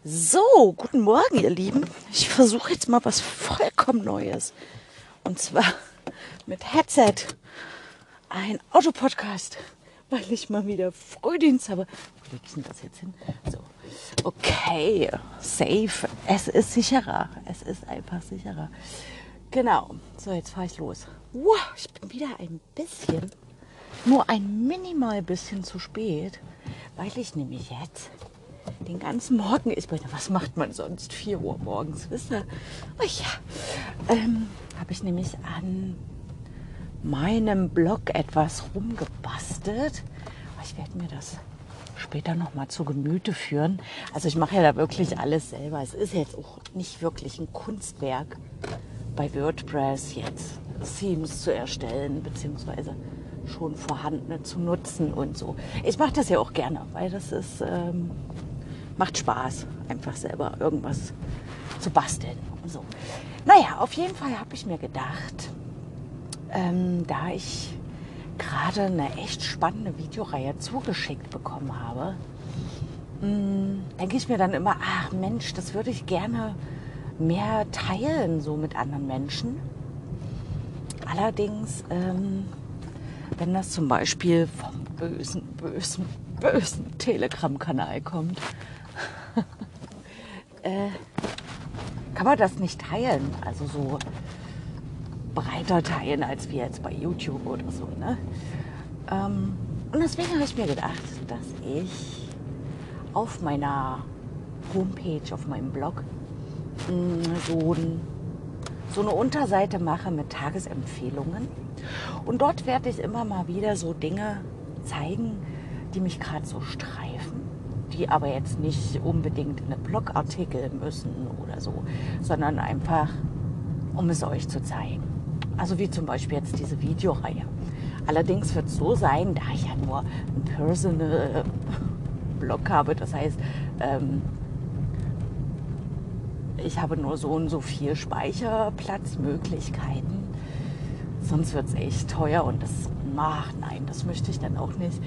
So, guten Morgen, ihr Lieben. Ich versuche jetzt mal was vollkommen Neues. Und zwar mit Headset. Ein Autopodcast, weil ich mal wieder Frühdienst habe. Wo lege ich denn das jetzt hin? So, okay, safe. Es ist sicherer. Es ist einfach sicherer. Genau. So, jetzt fahre ich los. Wow, ich bin wieder ein bisschen, nur ein minimal bisschen zu spät, weil ich nämlich jetzt den ganzen Morgen, was macht man sonst? 4 Uhr morgens, wisst ihr? Oh ja, habe ich nämlich an meinem Blog etwas rumgebastelt. Ich werde mir das später nochmal zu Gemüte führen. Also ich mache ja da wirklich alles selber. Es ist jetzt auch nicht wirklich ein Kunstwerk, bei WordPress jetzt Themes zu erstellen, beziehungsweise schon vorhandene zu nutzen und so. Ich mache das ja auch gerne, weil das ist... macht Spaß, einfach selber irgendwas zu basteln und so. Naja, auf jeden Fall habe ich mir gedacht, da ich gerade eine echt spannende Videoreihe zugeschickt bekommen habe, denke ich mir dann immer, ach Mensch, das würde ich gerne mehr teilen, so mit anderen Menschen. Allerdings, wenn das zum Beispiel vom bösen Telegram-Kanal kommt, kann man das nicht teilen, also so breiter teilen, als wir jetzt bei YouTube oder so. Ne? Und deswegen habe ich mir gedacht, dass ich auf meiner Homepage, auf meinem Blog, so eine Unterseite mache mit Tagesempfehlungen. Und dort werde ich immer mal wieder so Dinge zeigen, die mich gerade so streifen, die aber jetzt nicht unbedingt in einen Blogartikel müssen oder so, sondern einfach, um es euch zu zeigen. Also wie zum Beispiel jetzt diese Videoreihe. Allerdings wird es so sein, da ich ja nur einen Personal Blog habe, das heißt, ich habe nur so und so viel Speicherplatzmöglichkeiten. Sonst wird es echt teuer und nein, das möchte ich dann auch nicht.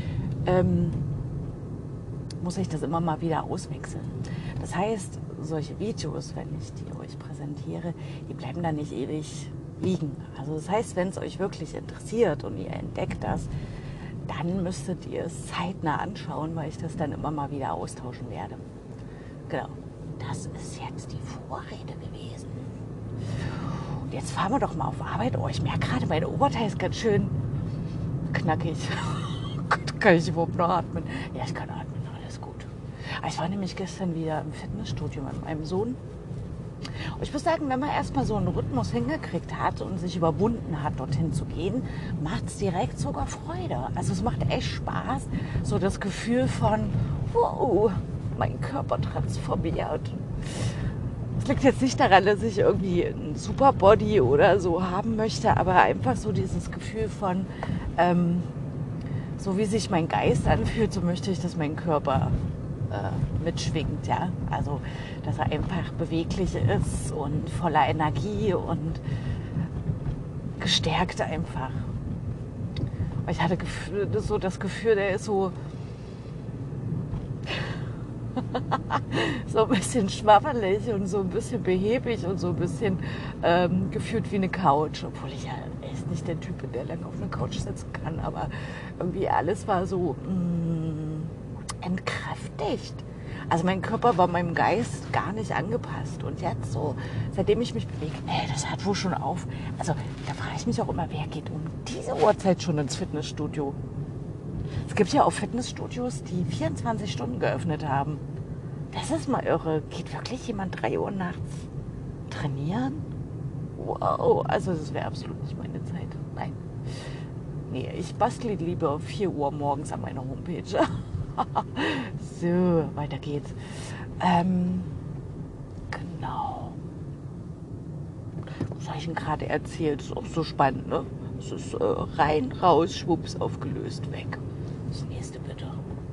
Muss ich das immer mal wieder auswechseln. Das heißt, solche Videos, wenn ich die euch präsentiere, die bleiben dann nicht ewig liegen. Also das heißt, wenn es euch wirklich interessiert und ihr entdeckt das, dann müsstet ihr es zeitnah anschauen, weil ich das dann immer mal wieder austauschen werde. Genau. Das ist jetzt die Vorrede gewesen. Und jetzt fahren wir doch mal auf Arbeit. Oh, ich merke gerade, meine Oberteil ist ganz schön knackig. Kann ich überhaupt noch atmen? Ja, ich kann atmen, alles gut. Ich war nämlich gestern wieder im Fitnessstudio mit meinem Sohn. Und ich muss sagen, wenn man erstmal so einen Rhythmus hingekriegt hat und sich überwunden hat, dorthin zu gehen, macht es direkt sogar Freude. Also es macht echt Spaß, so das Gefühl von, wow, mein Körper transformiert. Es liegt jetzt nicht daran, dass ich irgendwie einen Superbody oder so haben möchte, aber einfach so dieses Gefühl von, so wie sich mein Geist anfühlt, so möchte ich, dass mein Körper mitschwingt. Ja? Also, dass er einfach beweglich ist und voller Energie und gestärkt einfach. Ich hatte so das Gefühl, der ist so so ein bisschen schwabbelig und so ein bisschen behäbig und so ein bisschen gefühlt wie eine Couch. Obwohl ich ja echt nicht der Typ bin, der lange auf einer Couch sitzen kann. Aber irgendwie alles war so entkräftigt. Also mein Körper war meinem Geist gar nicht angepasst. Und jetzt so, seitdem ich mich bewege, das hört wohl schon auf. Also da frage ich mich auch immer, wer geht um diese Uhrzeit schon ins Fitnessstudio? Es gibt ja auch Fitnessstudios, die 24 Stunden geöffnet haben. Das ist mal irre. Geht wirklich jemand 3 Uhr nachts trainieren? Wow, also das wäre absolut nicht meine Zeit. Nein. Nee, ich bastle lieber 4 Uhr morgens an meiner Homepage. So, weiter geht's. Genau. Was habe ich denn gerade erzählt? Das ist auch so spannend, ne? Es ist rein, raus, schwupps, aufgelöst, weg. Das nächste bitte.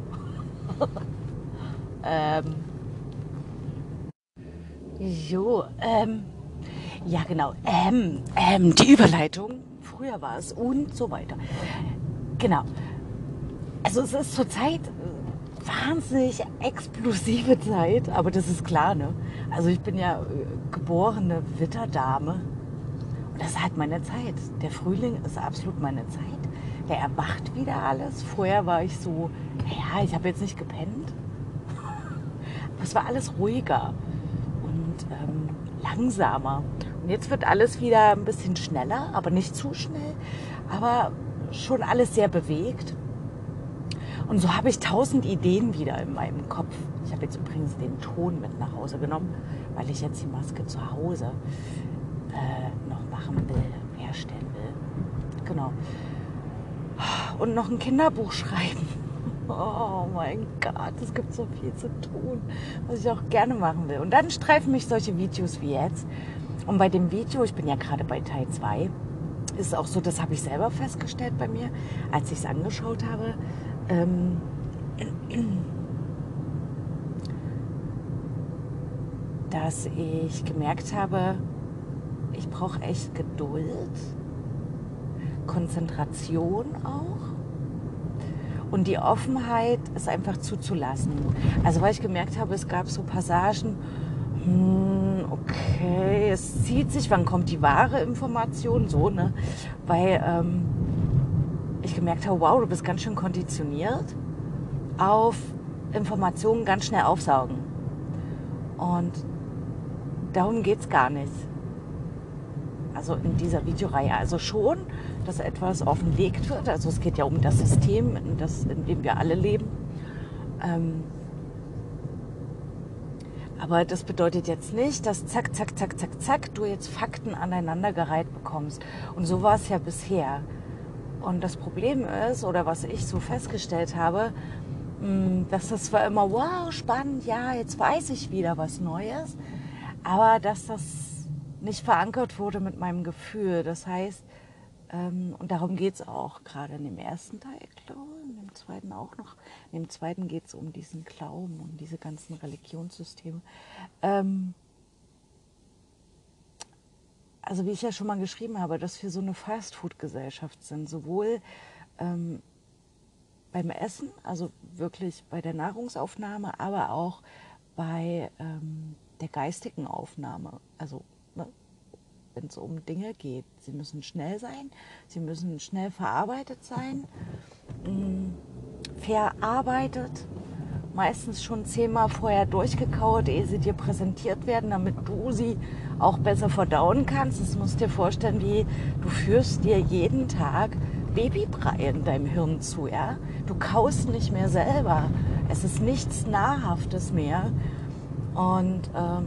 Ja genau, die Überleitung, früher war es und so weiter. Genau, also es ist zurzeit wahnsinnig explosive Zeit, aber das ist klar, ne? Also ich bin ja geborene Witterdame und das ist halt meine Zeit. Der Frühling ist absolut meine Zeit. Der erwacht wieder alles. Vorher war ich so, naja, ich habe jetzt nicht gepennt. Aber es war alles ruhiger und langsamer. Und jetzt wird alles wieder ein bisschen schneller, aber nicht zu schnell, aber schon alles sehr bewegt. Und so habe ich 1000 Ideen wieder in meinem Kopf. Ich habe jetzt übrigens den Ton mit nach Hause genommen, weil ich jetzt die Maske zu Hause noch machen will, herstellen will. Genau. Und noch ein Kinderbuch schreiben. Oh mein Gott, es gibt so viel zu tun, was ich auch gerne machen will. Und dann streifen mich solche Videos wie jetzt. Und bei dem Video, ich bin ja gerade bei Teil 2, ist es auch so, das habe ich selber festgestellt bei mir, als ich es angeschaut habe, dass ich gemerkt habe, ich brauche echt Geduld, Konzentration auch und die Offenheit, es einfach zuzulassen. Also weil ich gemerkt habe, es gab so Passagen, okay, es zieht sich, wann kommt die wahre Information, so, ne? Weil ich gemerkt habe, wow, du bist ganz schön konditioniert auf Informationen ganz schnell aufsaugen. Und darum geht es gar nicht. Also in dieser Videoreihe. Also schon, dass etwas offenlegt wird. Also es geht ja um das System, in dem wir alle leben. Aber das bedeutet jetzt nicht, dass zack, zack, zack, zack, zack, du jetzt Fakten aneinandergereiht bekommst. Und so war es ja bisher. Und das Problem ist, oder was ich so festgestellt habe, dass das zwar immer, wow, spannend, ja, jetzt weiß ich wieder was Neues, aber dass das nicht verankert wurde mit meinem Gefühl. Das heißt, und darum geht es auch, gerade in dem ersten Teil, glaube ich, in dem zweiten auch noch. In dem zweiten geht es um diesen Glauben und diese ganzen Religionssysteme. Also wie ich ja schon mal geschrieben habe, dass wir so eine Fastfood-Gesellschaft sind, sowohl beim Essen, also wirklich bei der Nahrungsaufnahme, aber auch bei der geistigen Aufnahme. Also ne, wenn es um Dinge geht, sie müssen schnell sein, sie müssen schnell verarbeitet sein, verarbeitet, meistens schon 10-mal vorher durchgekaut, ehe sie dir präsentiert werden, damit du sie auch besser verdauen kannst. Das musst du dir vorstellen, wie du führst dir jeden Tag Babybrei in deinem Hirn zu, ja? Du kaust nicht mehr selber. Es ist nichts Nahrhaftes mehr. Und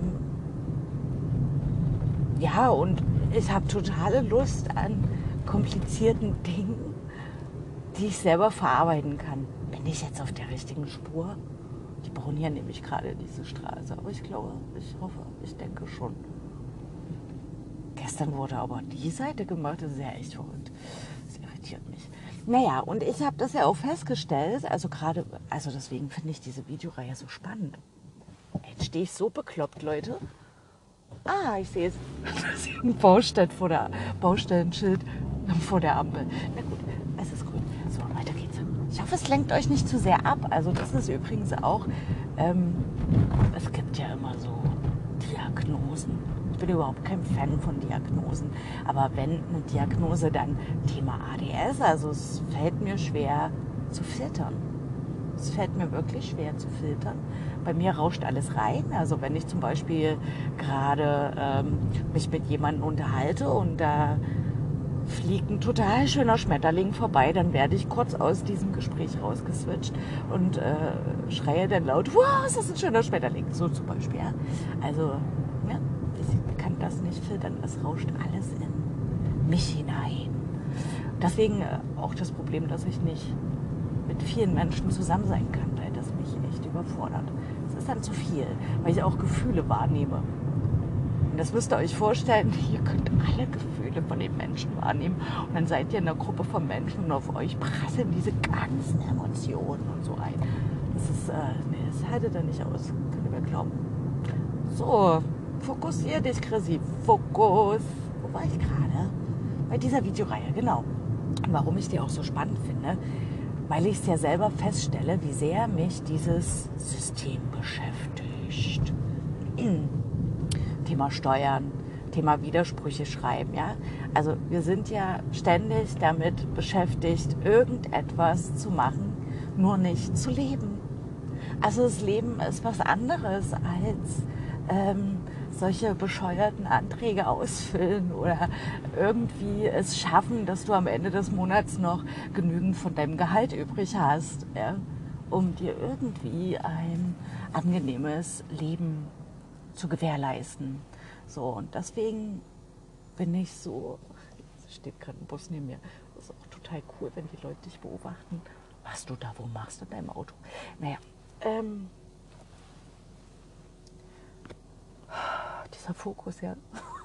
ja, und ich habe totale Lust an komplizierten Dingen, die ich selber verarbeiten kann. Bin ich jetzt auf der richtigen Spur? Die bauen hier nämlich gerade diese Straße. Aber ich glaube, ich hoffe, ich denke schon. Gestern wurde aber die Seite gemacht. Das ist ja echt verrückt. Das irritiert mich. Naja, und ich habe das ja auch festgestellt. Also gerade, also deswegen finde ich diese Videoreihe so spannend. Jetzt stehe ich so bekloppt, Leute. Ah, ich sehe es. Das ist ein Baustellenschild vor der Ampel. Na gut, es ist grün. So, weiter geht's. Ich hoffe, es lenkt euch nicht zu sehr ab. Also das ist übrigens auch, es gibt ja immer so Diagnosen. Ich bin überhaupt kein Fan von Diagnosen. Aber wenn eine Diagnose, dann Thema ADS. Also es fällt mir schwer zu filtern. Es fällt mir wirklich schwer zu filtern. Bei mir rauscht alles rein. Also wenn ich zum Beispiel gerade mich mit jemandem unterhalte und da fliegt ein total schöner Schmetterling vorbei, dann werde ich kurz aus diesem Gespräch rausgeswitcht und schreie dann laut, wow, ist das ein schöner Schmetterling? So zum Beispiel. Ja? Also ja, ich kann das nicht filtern. Das rauscht alles in mich hinein. Deswegen auch das Problem, dass ich nicht mit vielen Menschen zusammen sein kann, weil das mich echt überfordert. Es ist dann zu viel, weil ich auch Gefühle wahrnehme. Und das müsst ihr euch vorstellen, ihr könnt alle Gefühle von den Menschen wahrnehmen. Und dann seid ihr in einer Gruppe von Menschen und auf euch prasseln diese ganzen Emotionen und so ein. Das ist, nee, das haltet ihr nicht aus. Könnt ihr mir glauben. So, fokussier dich, Chrissy. Fokus. Wo war ich gerade? Bei dieser Videoreihe, genau. Und warum ich die auch so spannend finde. weil ich es ja selber feststelle, wie sehr mich dieses System beschäftigt. Thema Steuern, Thema Widersprüche schreiben, ja. Also wir sind ja ständig damit beschäftigt, irgendetwas zu machen, nur nicht zu leben. Also das Leben ist was anderes als solche bescheuerten Anträge ausfüllen oder irgendwie es schaffen, dass du am Ende des Monats noch genügend von deinem Gehalt übrig hast, ja, um dir irgendwie ein angenehmes Leben zu gewährleisten. So, und deswegen bin ich so, es steht gerade ein Bus neben mir, das ist auch total cool, wenn die Leute dich beobachten, was du da wo machst in deinem Auto. Naja, dieser Fokus, ja.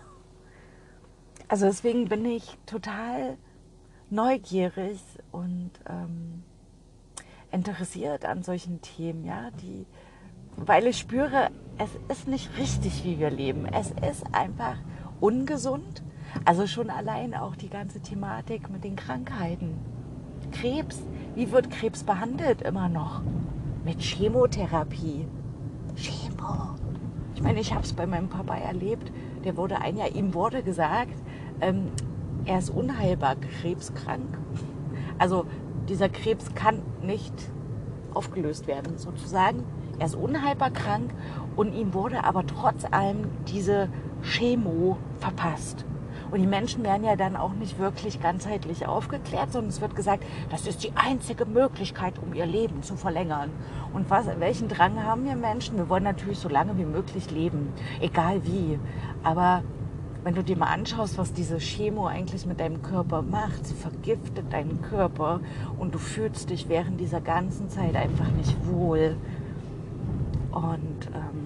Also deswegen bin ich total neugierig und interessiert an solchen Themen, ja, weil ich spüre, es ist nicht richtig, wie wir leben. Es ist einfach ungesund. Also schon allein auch die ganze Thematik mit den Krankheiten. Krebs, wie wird Krebs behandelt immer noch? Mit Chemotherapie. Chemo. Ich meine, ich habe es bei meinem Papa erlebt. Der wurde ihm wurde gesagt, er ist unheilbar krebskrank. Also dieser Krebs kann nicht aufgelöst werden, sozusagen. Er ist unheilbar krank und ihm wurde aber trotz allem diese Chemo verpasst. Und die Menschen werden ja dann auch nicht wirklich ganzheitlich aufgeklärt, sondern es wird gesagt, das ist die einzige Möglichkeit, um ihr Leben zu verlängern. Und welchen Drang haben wir Menschen? Wir wollen natürlich so lange wie möglich leben, egal wie. Aber wenn du dir mal anschaust, was diese Chemo eigentlich mit deinem Körper macht, sie vergiftet deinen Körper und du fühlst dich während dieser ganzen Zeit einfach nicht wohl. Und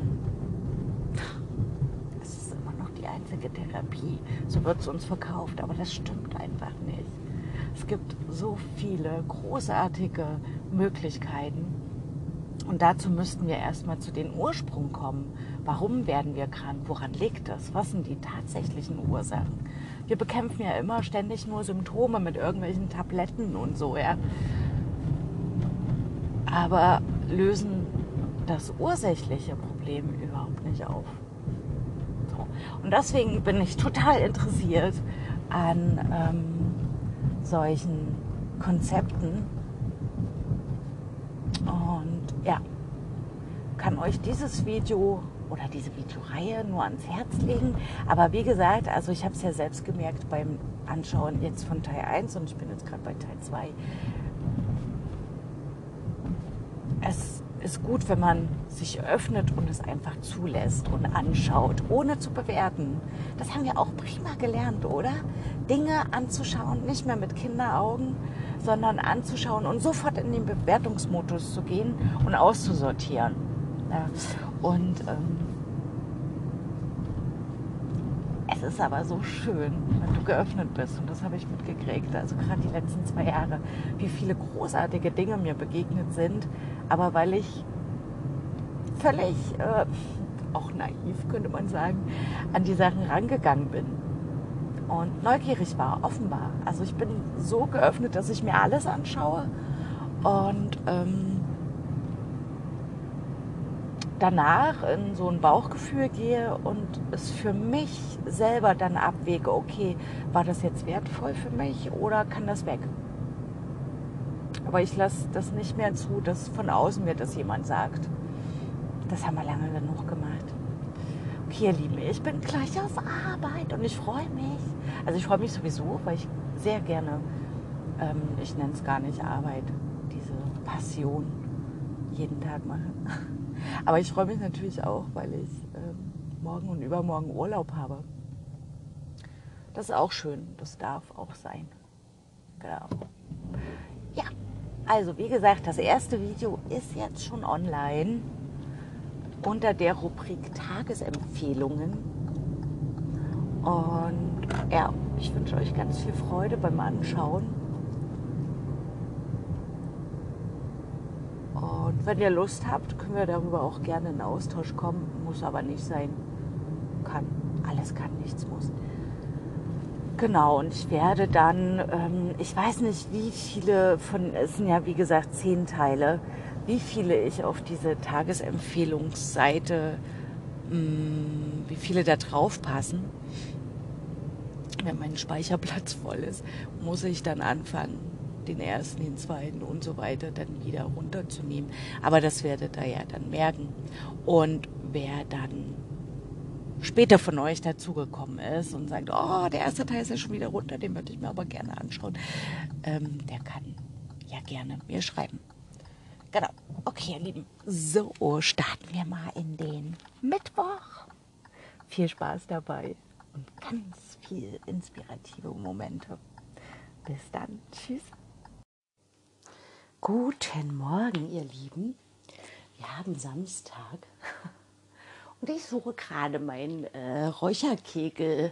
es ist immer noch die einzige Therapie. So wird es uns verkauft, aber das stimmt einfach nicht. Es gibt so viele großartige Möglichkeiten. Und dazu müssten wir erstmal zu den Ursprung kommen. Warum werden wir krank? Woran liegt das? Was sind die tatsächlichen Ursachen? Wir bekämpfen ja immer ständig nur Symptome mit irgendwelchen Tabletten und so, ja. Aber lösen das ursächliche Problem überhaupt nicht auf. So. Und deswegen bin ich total interessiert an solchen Konzepten. Und ja, kann euch dieses Video oder diese Videoreihe nur ans Herz legen. Aber wie gesagt, also ich habe es ja selbst gemerkt beim Anschauen jetzt von Teil 1 und ich bin jetzt gerade bei Teil 2. Es ist gut, wenn man sich öffnet und es einfach zulässt und anschaut, ohne zu bewerten. Das haben wir auch prima gelernt, oder? Dinge anzuschauen, nicht mehr mit Kinderaugen, sondern anzuschauen und sofort in den Bewertungsmodus zu gehen und auszusortieren. Ja. Und es ist aber so schön, wenn du geöffnet bist. Und das habe ich mitgekriegt. Also gerade die letzten 2 Jahre, wie viele großartige Dinge mir begegnet sind. Aber weil ich völlig, auch naiv könnte man sagen, an die Sachen rangegangen bin. Und neugierig war, offenbar. Also ich bin so geöffnet, dass ich mir alles anschaue. Und danach in so ein Bauchgefühl gehe und es für mich selber dann abwäge, okay, war das jetzt wertvoll für mich oder kann das weg? Aber ich lasse das nicht mehr zu, dass von außen mir das jemand sagt. Das haben wir lange genug gemacht. Okay, ihr Lieben, ich bin gleich auf Arbeit und ich freue mich. Also ich freue mich sowieso, weil ich sehr gerne, ich nenne es gar nicht Arbeit, diese Passion jeden Tag mache. Aber ich freue mich natürlich auch, weil ich morgen und übermorgen Urlaub habe. Das ist auch schön, das darf auch sein. Genau. Ja, also wie gesagt, das erste Video ist jetzt schon online unter der Rubrik Tagesempfehlungen. Und ja, ich wünsche euch ganz viel Freude beim Anschauen. Und wenn ihr Lust habt, können wir darüber auch gerne in Austausch kommen. Muss aber nicht sein. Kann. Alles kann, nichts muss. Genau, und ich werde dann, ich weiß nicht, wie viele es sind ja wie gesagt 10 Teile, wie viele ich auf diese Tagesempfehlungsseite, wie viele da drauf passen. Wenn mein Speicherplatz voll ist, muss ich dann anfangen, den ersten, den zweiten und so weiter dann wieder runterzunehmen. Aber das werdet ihr ja dann merken. Und wer dann später von euch dazugekommen ist und sagt, oh, der erste Teil ist ja schon wieder runter, den würde ich mir aber gerne anschauen, der kann ja gerne mir schreiben. Genau. Okay, ihr Lieben. So, starten wir mal in den Mittwoch. Viel Spaß dabei und ganz viel inspirative Momente. Bis dann. Tschüss. Guten Morgen, ihr Lieben. Wir haben Samstag und ich suche gerade mein Räucherkegel-Gefäß,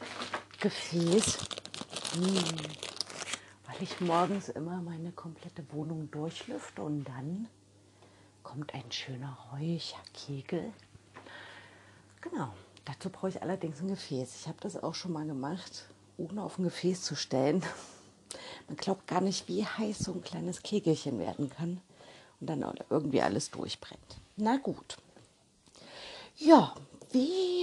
weil ich morgens immer meine komplette Wohnung durchlüfte und dann kommt ein schöner Räucherkegel. Genau, dazu brauche ich allerdings ein Gefäß. Ich habe das auch schon mal gemacht, ohne auf ein Gefäß zu stellen. Man glaubt gar nicht, wie heiß so ein kleines Kegelchen werden kann und dann irgendwie alles durchbrennt. Na gut. Ja, wie...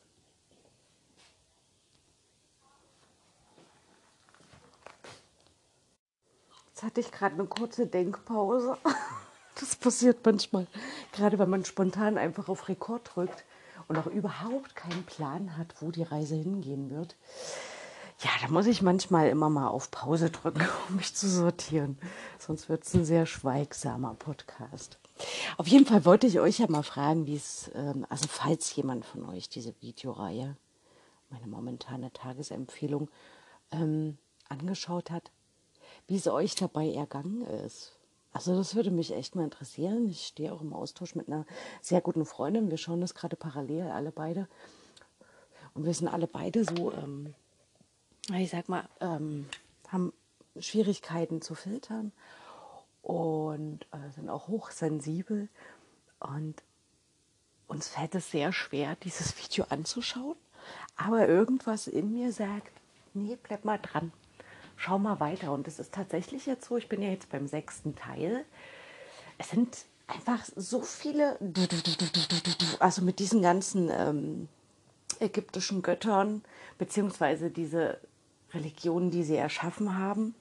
Jetzt hatte ich gerade eine kurze Denkpause. Das passiert manchmal, gerade wenn man spontan einfach auf Rekord drückt und auch überhaupt keinen Plan hat, wo die Reise hingehen wird. Ja, da muss ich manchmal immer mal auf Pause drücken, um mich zu sortieren. Sonst wird es ein sehr schweigsamer Podcast. Auf jeden Fall wollte ich euch ja mal fragen, wie es, also falls jemand von euch diese Videoreihe, meine momentane Tagesempfehlung, angeschaut hat, wie es euch dabei ergangen ist. Also das würde mich echt mal interessieren. Ich stehe auch im Austausch mit einer sehr guten Freundin. Wir schauen das gerade parallel, alle beide. Und wir sind alle beide so, ich sag mal, haben Schwierigkeiten zu filtern und sind auch hochsensibel. Und uns fällt es sehr schwer, dieses Video anzuschauen. Aber irgendwas in mir sagt, nee, bleib mal dran. Schau mal weiter. Und es ist tatsächlich jetzt so, ich bin ja jetzt beim 6. Teil. Es sind einfach so viele, also mit diesen ganzen ägyptischen Göttern, beziehungsweise diese Religionen, die sie erschaffen haben,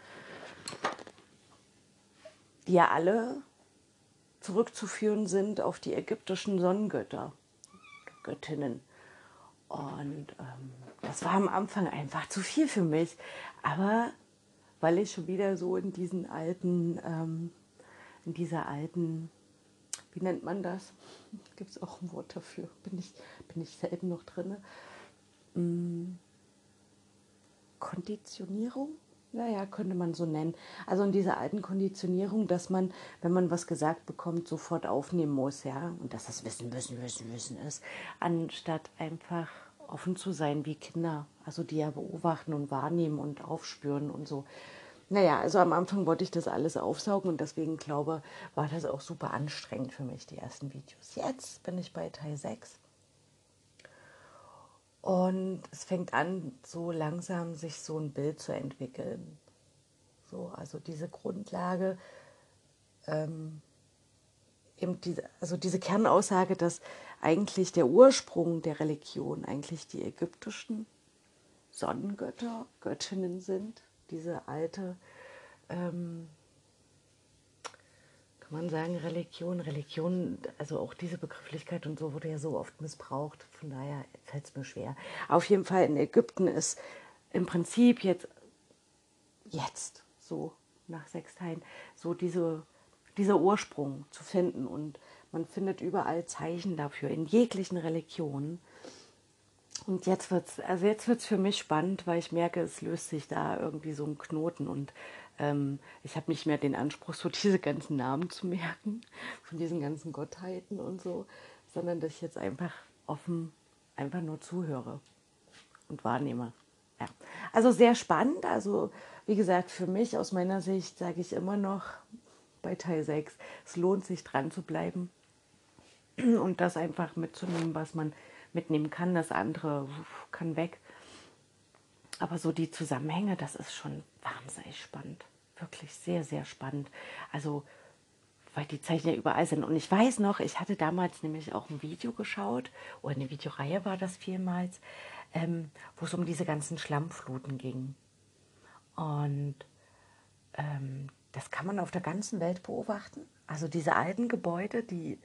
die ja alle zurückzuführen sind auf die ägyptischen Sonnengötter, Göttinnen. Und das war am Anfang einfach zu viel für mich. Aber weil ich schon wieder so in diesen alten, in dieser alten, wie nennt man das? Gibt es auch ein Wort dafür? Bin ich selten noch drin? Konditionierung? Naja, könnte man so nennen. Also in dieser alten Konditionierung, dass man, wenn man was gesagt bekommt, sofort aufnehmen muss, ja, und dass das Wissen ist, anstatt einfach offen zu sein wie Kinder, also die ja beobachten und wahrnehmen und aufspüren und so. Naja, also am Anfang wollte ich das alles aufsaugen und deswegen glaube, war das auch super anstrengend für mich, die ersten Videos. Jetzt bin ich bei Teil 6. Und es fängt an, so langsam sich so ein Bild zu entwickeln. So, also diese Grundlage, eben diese Kernaussage, dass eigentlich der Ursprung der Religion eigentlich die ägyptischen Sonnengötter, Göttinnen sind. Diese alte, kann man sagen, Religion, also auch diese Begrifflichkeit und so wurde ja so oft missbraucht, von daher fällt es mir schwer. Auf jeden Fall in Ägypten ist im Prinzip jetzt so nach 6 Teilen so dieser Ursprung zu finden und man findet überall Zeichen dafür, in jeglichen Religionen. Und jetzt wird's für mich spannend, weil ich merke, es löst sich da irgendwie so ein Knoten und ich habe nicht mehr den Anspruch, so diese ganzen Namen zu merken, von diesen ganzen Gottheiten und so, sondern dass ich jetzt einfach offen, einfach nur zuhöre und wahrnehme. Ja. Also sehr spannend, also wie gesagt, für mich aus meiner Sicht sage ich immer noch bei Teil 6, es lohnt sich dran zu bleiben und das einfach mitzunehmen, was man mitnehmen kann. Das andere kann weg. Aber so die Zusammenhänge, das ist schon wahnsinnig spannend. Wirklich sehr, sehr spannend. Also, weil die Zeichen ja überall sind. Und ich weiß noch, ich hatte damals nämlich auch ein Video geschaut, oder eine Videoreihe war das vielmals, wo es um diese ganzen Schlammfluten ging. Und das kann man auf der ganzen Welt beobachten. Also diese alten Gebäude, die,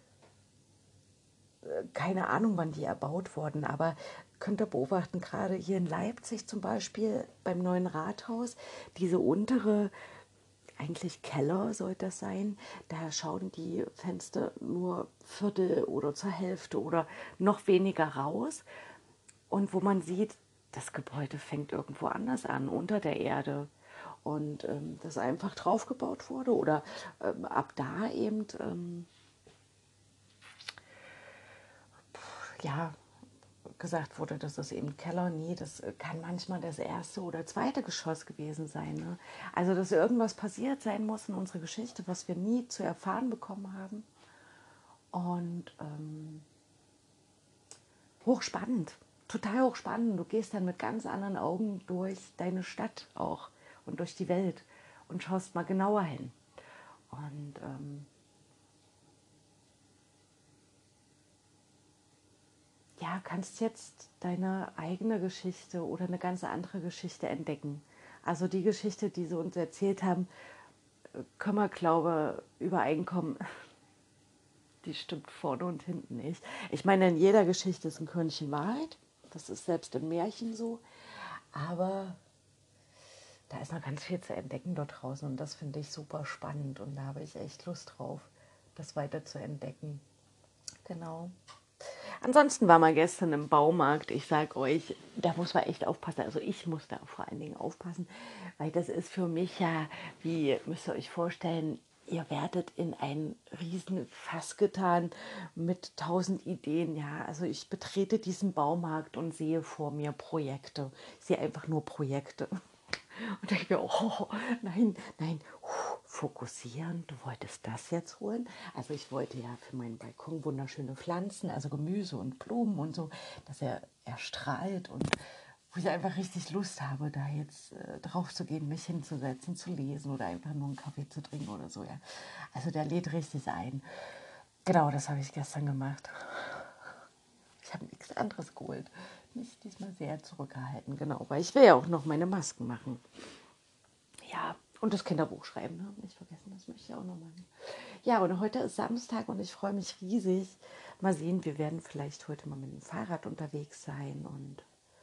keine Ahnung, wann die erbaut wurden, aber könnt ihr beobachten, gerade hier in Leipzig zum Beispiel beim neuen Rathaus, diese untere, eigentlich Keller sollte das sein, da schauen die Fenster nur Viertel oder zur Hälfte oder noch weniger raus. Und wo man sieht, das Gebäude fängt irgendwo anders an, unter der Erde. Und das einfach draufgebaut wurde oder ab da eben, ja, gesagt wurde, das ist eben Keller. Nee, das kann manchmal das erste oder zweite Geschoss gewesen sein. Ne? Also, dass irgendwas passiert sein muss in unserer Geschichte, was wir nie zu erfahren bekommen haben. Und hochspannend, total hochspannend. Du gehst dann mit ganz anderen Augen durch deine Stadt auch und durch die Welt und schaust mal genauer hin. Und ja, kannst jetzt deine eigene Geschichte oder eine ganz andere Geschichte entdecken. Also die Geschichte, die sie uns erzählt haben, können wir, glaube ich, übereinkommen, die stimmt vorne und hinten nicht. Ich meine, in jeder Geschichte ist ein Körnchen Wahrheit. Das ist selbst in Märchen so. Aber da ist noch ganz viel zu entdecken dort draußen und das finde ich super spannend und da habe ich echt Lust drauf, das weiter zu entdecken. Genau. Ansonsten war mal gestern im Baumarkt, ich sage euch, da muss man echt aufpassen, also ich muss da vor allen Dingen aufpassen, weil das ist für mich ja, wie müsst ihr euch vorstellen, ihr werdet in ein riesen Fass getan mit 1000 Ideen, ja. Also ich betrete diesen Baumarkt und sehe vor mir Projekte. Ich sehe einfach nur Projekte. Und denke mir, oh, nein, nein, fokussieren, du wolltest das jetzt holen. Also ich wollte ja für meinen Balkon wunderschöne Pflanzen, also Gemüse und Blumen und so, dass er strahlt und wo ich einfach richtig Lust habe, da jetzt drauf zu gehen, mich hinzusetzen, zu lesen oder einfach nur einen Kaffee zu trinken oder so. Ja. Also der lädt richtig ein. Genau, das habe ich gestern gemacht. Ich habe nichts anderes geholt. Mich diesmal sehr zurückgehalten, genau, weil ich will ja auch noch meine Masken machen. Ja, und das Kinderbuch schreiben, ne? Nicht vergessen, das möchte ich auch noch machen. Ja, und heute ist Samstag und ich freue mich riesig. Mal sehen, wir werden vielleicht heute mal mit dem Fahrrad unterwegs sein und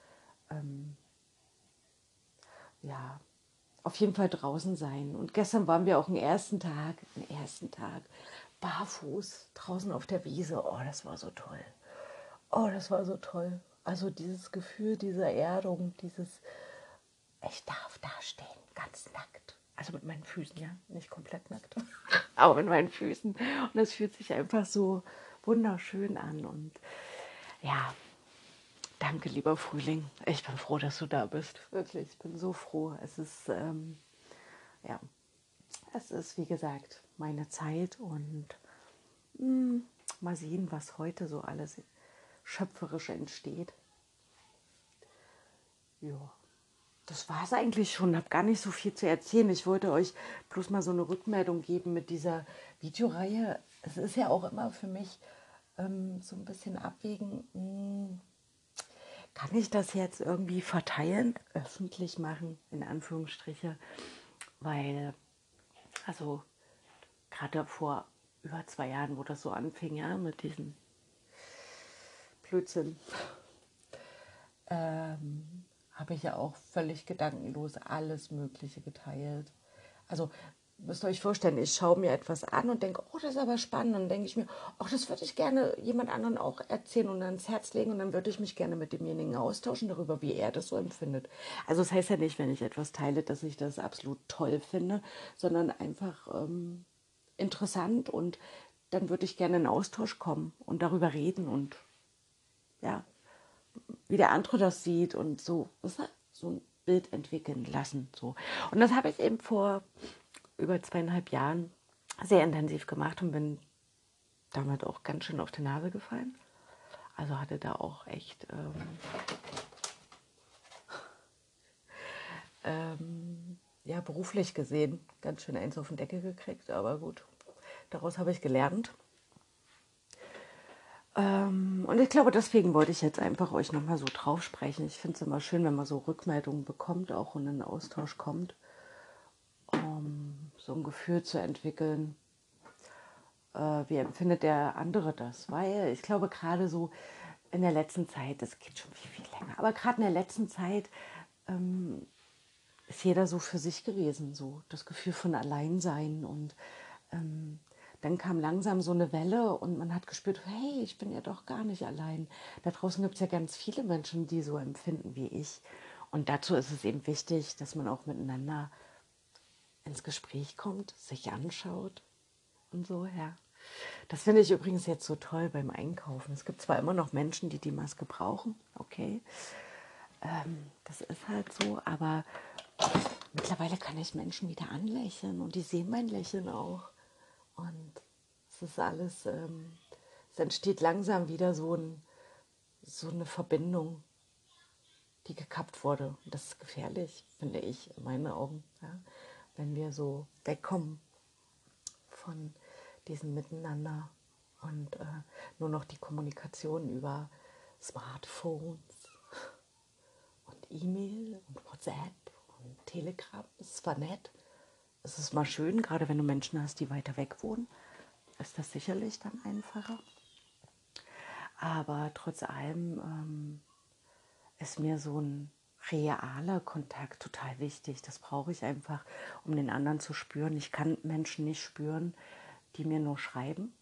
ja, auf jeden Fall draußen sein. Und gestern waren wir auch den ersten Tag, barfuß draußen auf der Wiese. Oh, das war so toll. Oh, das war so toll. Also dieses Gefühl dieser Erdung, ich darf da stehen, ganz nackt. Also mit meinen Füßen, ja, nicht komplett nackt, aber mit meinen Füßen. Und es fühlt sich einfach so wunderschön an. Und ja, danke, lieber Frühling. Ich bin froh, dass du da bist. Wirklich, ich bin so froh. Ja, es ist, wie gesagt, meine Zeit und mal sehen, was heute so alles schöpferisch entsteht. Ja. Das war es eigentlich schon. Ich habe gar nicht so viel zu erzählen. Ich wollte euch bloß mal so eine Rückmeldung geben mit dieser Videoreihe. Es ist ja auch immer für mich so ein bisschen abwägen, kann ich das jetzt irgendwie verteilen, öffentlich machen, in Anführungsstriche, weil, also gerade vor über 2 Jahren, wo das so anfing, ja, mit diesem Blödsinn, habe ich ja auch völlig gedankenlos alles Mögliche geteilt. Also müsst ihr euch vorstellen, ich schaue mir etwas an und denke, oh, das ist aber spannend. Und dann denke ich mir, oh, das würde ich gerne jemand anderen auch erzählen und ans Herz legen. Und dann würde ich mich gerne mit demjenigen austauschen darüber, wie er das so empfindet. Also das heißt ja nicht, wenn ich etwas teile, dass ich das absolut toll finde, sondern einfach interessant. Und dann würde ich gerne in Austausch kommen und darüber reden und ja, wie der andere das sieht und so, so ein Bild entwickeln lassen. So. Und das habe ich eben vor über 2,5 Jahren sehr intensiv gemacht und bin damit auch ganz schön auf die Nase gefallen. Also hatte da auch echt ja, beruflich gesehen ganz schön eins auf den Deckel gekriegt, aber gut, daraus habe ich gelernt. Und ich glaube, deswegen wollte ich jetzt einfach euch nochmal so drauf sprechen. Ich finde es immer schön, wenn man so Rückmeldungen bekommt, auch und in einen Austausch kommt, um so ein Gefühl zu entwickeln, wie empfindet der andere das? Weil ich glaube, gerade so in der letzten Zeit, das geht schon viel länger, aber gerade in der letzten Zeit ist jeder so für sich gewesen, so das Gefühl von Alleinsein. Und dann kam langsam so eine Welle und man hat gespürt, hey, ich bin ja doch gar nicht allein. Da draußen gibt es ja ganz viele Menschen, die so empfinden wie ich. Und dazu ist es eben wichtig, dass man auch miteinander ins Gespräch kommt, sich anschaut und so, ja. Das finde ich übrigens jetzt so toll beim Einkaufen. Es gibt zwar immer noch Menschen, die die Maske brauchen, okay, das ist halt so, aber mittlerweile kann ich Menschen wieder anlächeln und die sehen mein Lächeln auch. Und es ist alles, es entsteht langsam wieder so eine Verbindung, die gekappt wurde. Und das ist gefährlich, finde ich, in meinen Augen. Ja? Wenn wir so wegkommen von diesem Miteinander und nur noch die Kommunikation über Smartphones und E-Mail und WhatsApp und Telegram. Es ist zwar nett, es ist mal schön, gerade wenn du Menschen hast, die weiter weg wohnen, ist das sicherlich dann einfacher. Aber trotz allem ist mir so ein realer Kontakt total wichtig. Das brauche ich einfach, um den anderen zu spüren. Ich kann Menschen nicht spüren, die mir nur schreiben.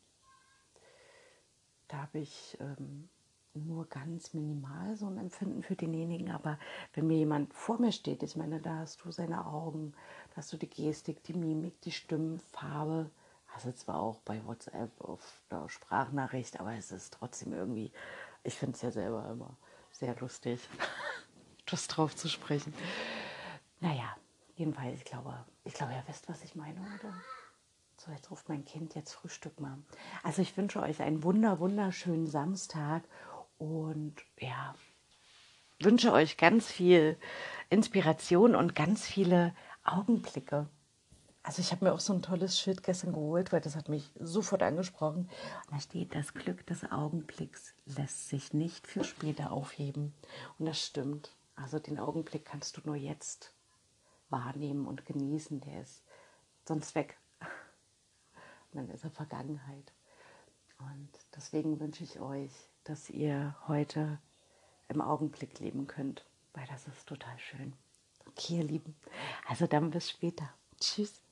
Da habe ich nur ganz minimal so ein Empfinden für denjenigen. Aber wenn mir jemand vor mir steht, ich meine, da hast du seine Augen, da hast du die Gestik, die Mimik, die Stimmfarbe. Also zwar auch bei WhatsApp auf der Sprachnachricht, aber es ist trotzdem irgendwie, ich finde es ja selber immer sehr lustig, das drauf zu sprechen. Naja, jedenfalls, ich glaube, ihr wisst, was ich meine, oder? So, jetzt ruft mein Kind jetzt Frühstück mal. Also ich wünsche euch einen wunderschönen Samstag und ja, wünsche euch ganz viel Inspiration und ganz viele Augenblicke. Also ich habe mir auch so ein tolles Schild gestern geholt, weil das hat mich sofort angesprochen. Und da steht, das Glück des Augenblicks lässt sich nicht für später aufheben. Und das stimmt. Also den Augenblick kannst du nur jetzt wahrnehmen und genießen. Der ist sonst weg. Und dann ist er Vergangenheit. Und deswegen wünsche ich euch, dass ihr heute im Augenblick leben könnt, weil das ist total schön. Okay, ihr Lieben. Also dann bis später. Tschüss.